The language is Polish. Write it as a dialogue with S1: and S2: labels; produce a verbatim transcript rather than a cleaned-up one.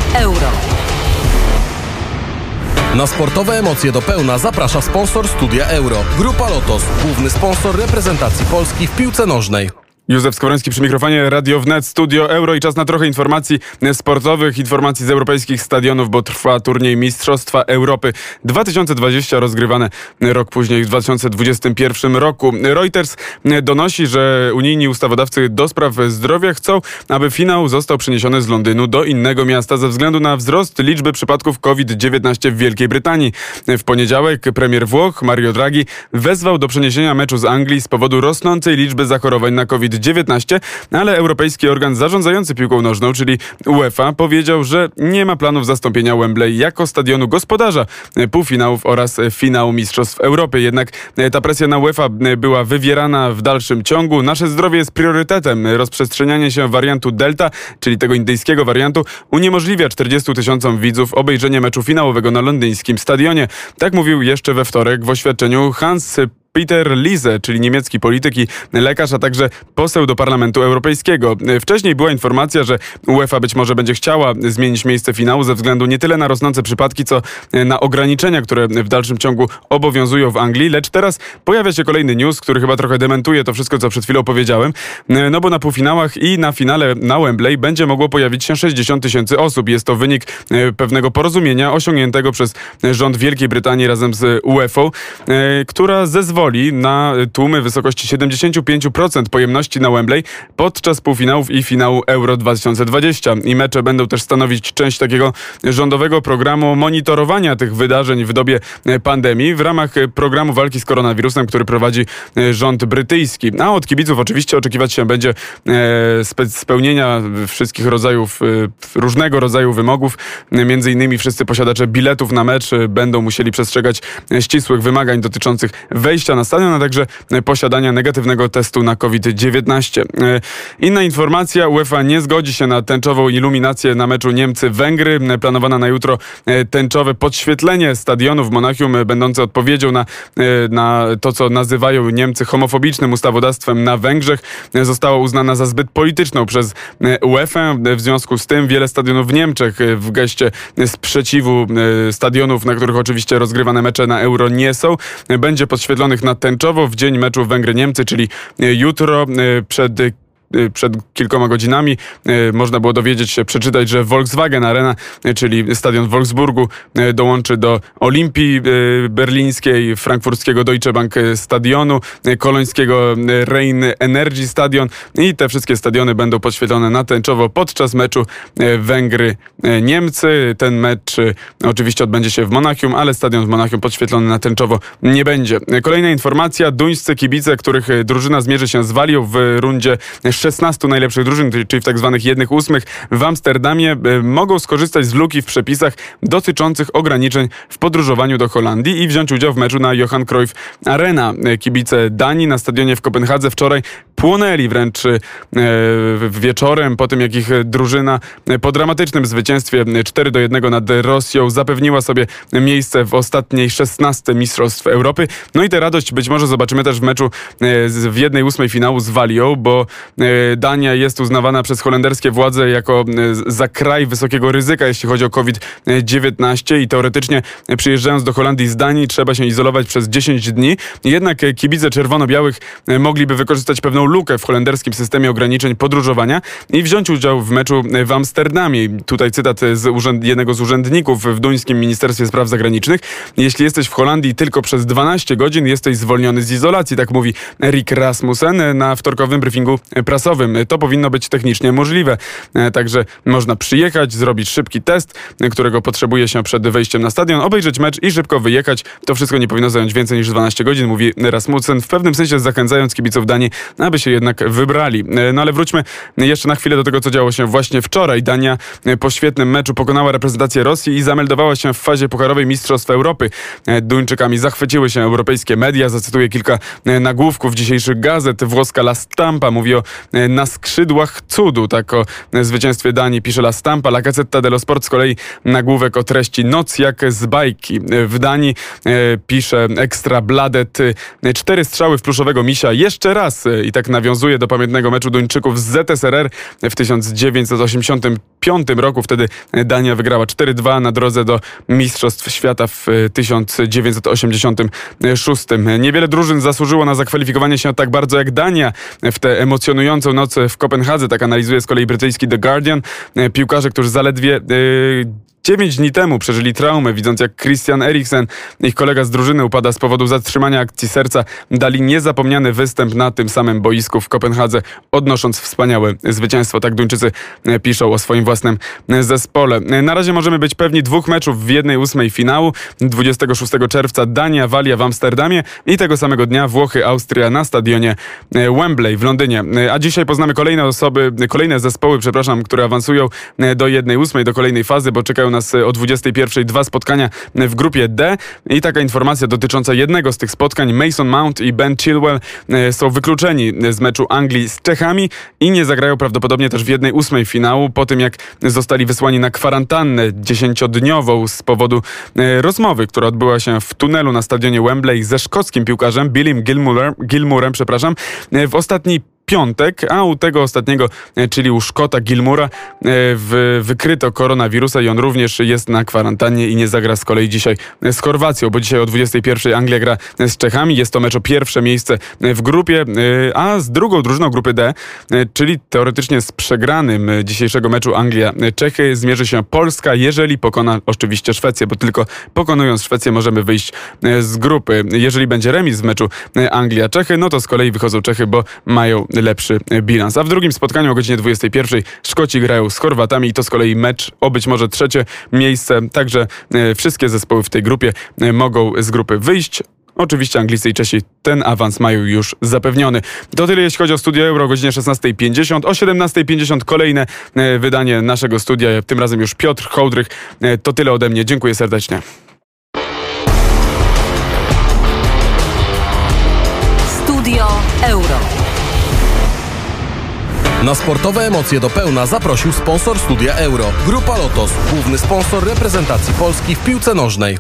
S1: Euro.
S2: Na sportowe emocje do pełna zaprasza sponsor Studia Euro. Grupa Lotos, główny sponsor reprezentacji Polski w piłce nożnej.
S3: Józef Skowroński przy mikrofonie, Radio Wnet, Studio Euro i czas na trochę informacji sportowych, informacji z europejskich stadionów, bo trwa turniej Mistrzostwa Europy dwa tysiące dwudziesty, rozgrywane rok później w dwa tysiące dwudziestym pierwszym roku. Reuters donosi, że unijni ustawodawcy do spraw zdrowia chcą, aby finał został przeniesiony z Londynu do innego miasta ze względu na wzrost liczby przypadków COVID dziewiętnaście w Wielkiej Brytanii. W poniedziałek premier Włoch Mario Draghi wezwał do przeniesienia meczu z Anglii z powodu rosnącej liczby zachorowań na COVID dziewiętnaście, ale Europejski Organ Zarządzający Piłką Nożną, czyli UEFA, powiedział, że nie ma planów zastąpienia Wembley jako stadionu gospodarza półfinałów oraz finału Mistrzostw Europy. Jednak ta presja na UEFA była wywierana w dalszym ciągu. Nasze zdrowie jest priorytetem. Rozprzestrzenianie się wariantu Delta, czyli tego indyjskiego wariantu, uniemożliwia czterdziestu tysiącom widzów obejrzenie meczu finałowego na londyńskim stadionie. Tak mówił jeszcze we wtorek w oświadczeniu Hans Peter Liese, czyli niemiecki polityk i lekarz, a także poseł do Parlamentu Europejskiego. Wcześniej była informacja, że UEFA być może będzie chciała zmienić miejsce finału ze względu nie tyle na rosnące przypadki, co na ograniczenia, które w dalszym ciągu obowiązują w Anglii. Lecz teraz pojawia się kolejny news, który chyba trochę dementuje to wszystko, co przed chwilą powiedziałem. No bo na półfinałach i na finale na Wembley będzie mogło pojawić się sześćdziesiąt tysięcy osób. Jest to wynik pewnego porozumienia osiągniętego przez rząd Wielkiej Brytanii razem z UEFA, która zezwoli na tłumy w wysokości siedemdziesiąt pięć procent pojemności na Wembley podczas półfinałów i finału Euro dwa tysiące dwudziesty. I mecze będą też stanowić część takiego rządowego programu monitorowania tych wydarzeń w dobie pandemii w ramach programu walki z koronawirusem, który prowadzi rząd brytyjski. A od kibiców oczywiście oczekiwać się będzie spełnienia wszystkich rodzajów, różnego rodzaju wymogów. Między innymi wszyscy posiadacze biletów na mecz będą musieli przestrzegać ścisłych wymagań dotyczących wejścia na stadion, a także posiadania negatywnego testu na COVID dziewiętnaście. Inna informacja, UEFA nie zgodzi się na tęczową iluminację na meczu Niemcy-Węgry. Planowana na jutro tęczowe podświetlenie stadionu w Monachium, będące odpowiedzią na, na to, co nazywają Niemcy homofobicznym ustawodawstwem na Węgrzech, została uznana za zbyt polityczną przez UEFA. W związku z tym wiele stadionów w Niemczech w geście sprzeciwu stadionów, na których oczywiście rozgrywane mecze na Euro nie są, będzie podświetlonych na tęczowo w dzień meczu Węgry-Niemcy, czyli jutro przed Przed kilkoma godzinami e, można było dowiedzieć się, przeczytać, że Volkswagen Arena, e, czyli stadion w Wolfsburgu, e, dołączy do Olimpii e, berlińskiej, frankfurckiego Deutsche Bank Stadionu, e, kolońskiego Rhein Energy Stadion i te wszystkie stadiony będą podświetlone na tęczowo podczas meczu e, Węgry-Niemcy. Ten mecz e, oczywiście odbędzie się w Monachium, ale stadion w Monachium podświetlony na tęczowo nie będzie. E, kolejna informacja, duńscy kibice, których drużyna zmierzy się z Walią w rundzie szesnastu najlepszych drużyn, czyli w tak zwanych jednych ósmych w Amsterdamie, mogą skorzystać z luki w przepisach dotyczących ograniczeń w podróżowaniu do Holandii i wziąć udział w meczu na Johan Cruyff Arena. Kibice Danii na stadionie w Kopenhadze wczoraj płonęli wręcz e, wieczorem po tym, jak ich drużyna po dramatycznym zwycięstwie cztery do jednego nad Rosją zapewniła sobie miejsce w ostatniej szesnastce Mistrzostw Europy. No i tę radość być może zobaczymy też w meczu e, w jednej ósmej finału z Walią, bo e, Dania jest uznawana przez holenderskie władze jako za kraj wysokiego ryzyka, jeśli chodzi o COVID dziewiętnaście i teoretycznie przyjeżdżając do Holandii z Danii trzeba się izolować przez dziesięć dni. Jednak kibice czerwono-białych mogliby wykorzystać pewną lukę w holenderskim systemie ograniczeń podróżowania i wziąć udział w meczu w Amsterdamie. Tutaj cytat z urzęd- jednego z urzędników w duńskim Ministerstwie Spraw Zagranicznych. Jeśli jesteś w Holandii tylko przez dwanaście godzin, jesteś zwolniony z izolacji, tak mówi Erik Rasmussen na wtorkowym briefingu prasowym. To powinno być technicznie możliwe. Także można przyjechać, zrobić szybki test, którego potrzebuje się przed wejściem na stadion, obejrzeć mecz i szybko wyjechać. To wszystko nie powinno zająć więcej niż dwanaście godzin, mówi Rasmussen, w pewnym sensie zachęcając kibiców Danii, aby się jednak wybrali. No ale wróćmy jeszcze na chwilę do tego, co działo się właśnie wczoraj. Dania po świetnym meczu pokonała reprezentację Rosji i zameldowała się w fazie pucharowej Mistrzostw Europy. Duńczykami zachwyciły się europejskie media. Zacytuję kilka nagłówków dzisiejszych gazet. Włoska La Stampa mówi o na skrzydłach cudu. Tak o zwycięstwie Danii pisze La Stampa. La Gazzetta dello Sport z kolei nagłówek o treści noc jak z bajki. W Danii e, pisze Extra Bladet. Cztery strzały w pluszowego misia jeszcze raz. I tak nawiązuje do pamiętnego meczu Duńczyków z Z S R R w tysiąc dziewięćset osiemdziesiątym piątym roku. Wtedy Dania wygrała cztery dwa na drodze do Mistrzostw Świata w tysiąc dziewięćset osiemdziesiątym szóstym. Niewiele drużyn zasłużyło na zakwalifikowanie się tak bardzo jak Dania w tę emocjonującą noc w Kopenhadze. Tak analizuje z kolei brytyjski The Guardian. Piłkarze, którzy zaledwie yy, dziewięć dni temu przeżyli traumę, widząc jak Christian Eriksen, ich kolega z drużyny, upada z powodu zatrzymania akcji serca, dali niezapomniany występ na tym samym boisku w Kopenhadze, odnosząc wspaniałe zwycięstwo. Tak Duńczycy piszą o swoim własnym zespole. Na razie możemy być pewni dwóch meczów w jednej ósmej finału. dwudziestego szóstego czerwca Dania, Walia w Amsterdamie i tego samego dnia Włochy, Austria na stadionie Wembley w Londynie. A dzisiaj poznamy kolejne osoby, kolejne zespoły, przepraszam, które awansują do jednej ósmej, do kolejnej fazy, bo czekają nas o dwudziestej pierwszej dwa spotkania w grupie D i taka informacja dotycząca jednego z tych spotkań. Mason Mount i Ben Chilwell są wykluczeni z meczu Anglii z Czechami i nie zagrają prawdopodobnie też w jednej ósmej finału po tym, jak zostali wysłani na kwarantannę dziesięciodniową z powodu rozmowy, która odbyła się w tunelu na stadionie Wembley ze szkockim piłkarzem Billym Gilmourem, Gilmourem, przepraszam, w ostatni piątek, a u tego ostatniego, czyli u Szkota Gilmoura, w, wykryto koronawirusa i on również jest na kwarantannie i nie zagra z kolei dzisiaj z Chorwacją, bo dzisiaj o dwudziestej pierwszej Anglia gra z Czechami. Jest to mecz o pierwsze miejsce w grupie, a z drugą drużyną grupy D, czyli teoretycznie z przegranym dzisiejszego meczu Anglia-Czechy, zmierzy się Polska, jeżeli pokona oczywiście Szwecję, bo tylko pokonując Szwecję możemy wyjść z grupy. Jeżeli będzie remis w meczu Anglia-Czechy, no to z kolei wychodzą Czechy, bo mają lepszy bilans. A w drugim spotkaniu o godzinie dwudziestej pierwszej Szkoci grają z Chorwatami i to z kolei mecz o być może trzecie miejsce. Także e, wszystkie zespoły w tej grupie e, mogą z grupy wyjść. Oczywiście Anglicy i Czesi ten awans mają już zapewniony. To tyle jeśli chodzi o Studio Euro o godzinie szesnastej pięćdziesiąt. O siedemnastej pięćdziesiąt kolejne e, wydanie naszego studia. Tym razem już Piotr Hołdrych. E, to tyle ode mnie. Dziękuję serdecznie.
S1: Studio Euro.
S2: Na sportowe emocje do pełna zaprosił sponsor Studia Euro. Grupa Lotos, główny sponsor reprezentacji Polski w piłce nożnej.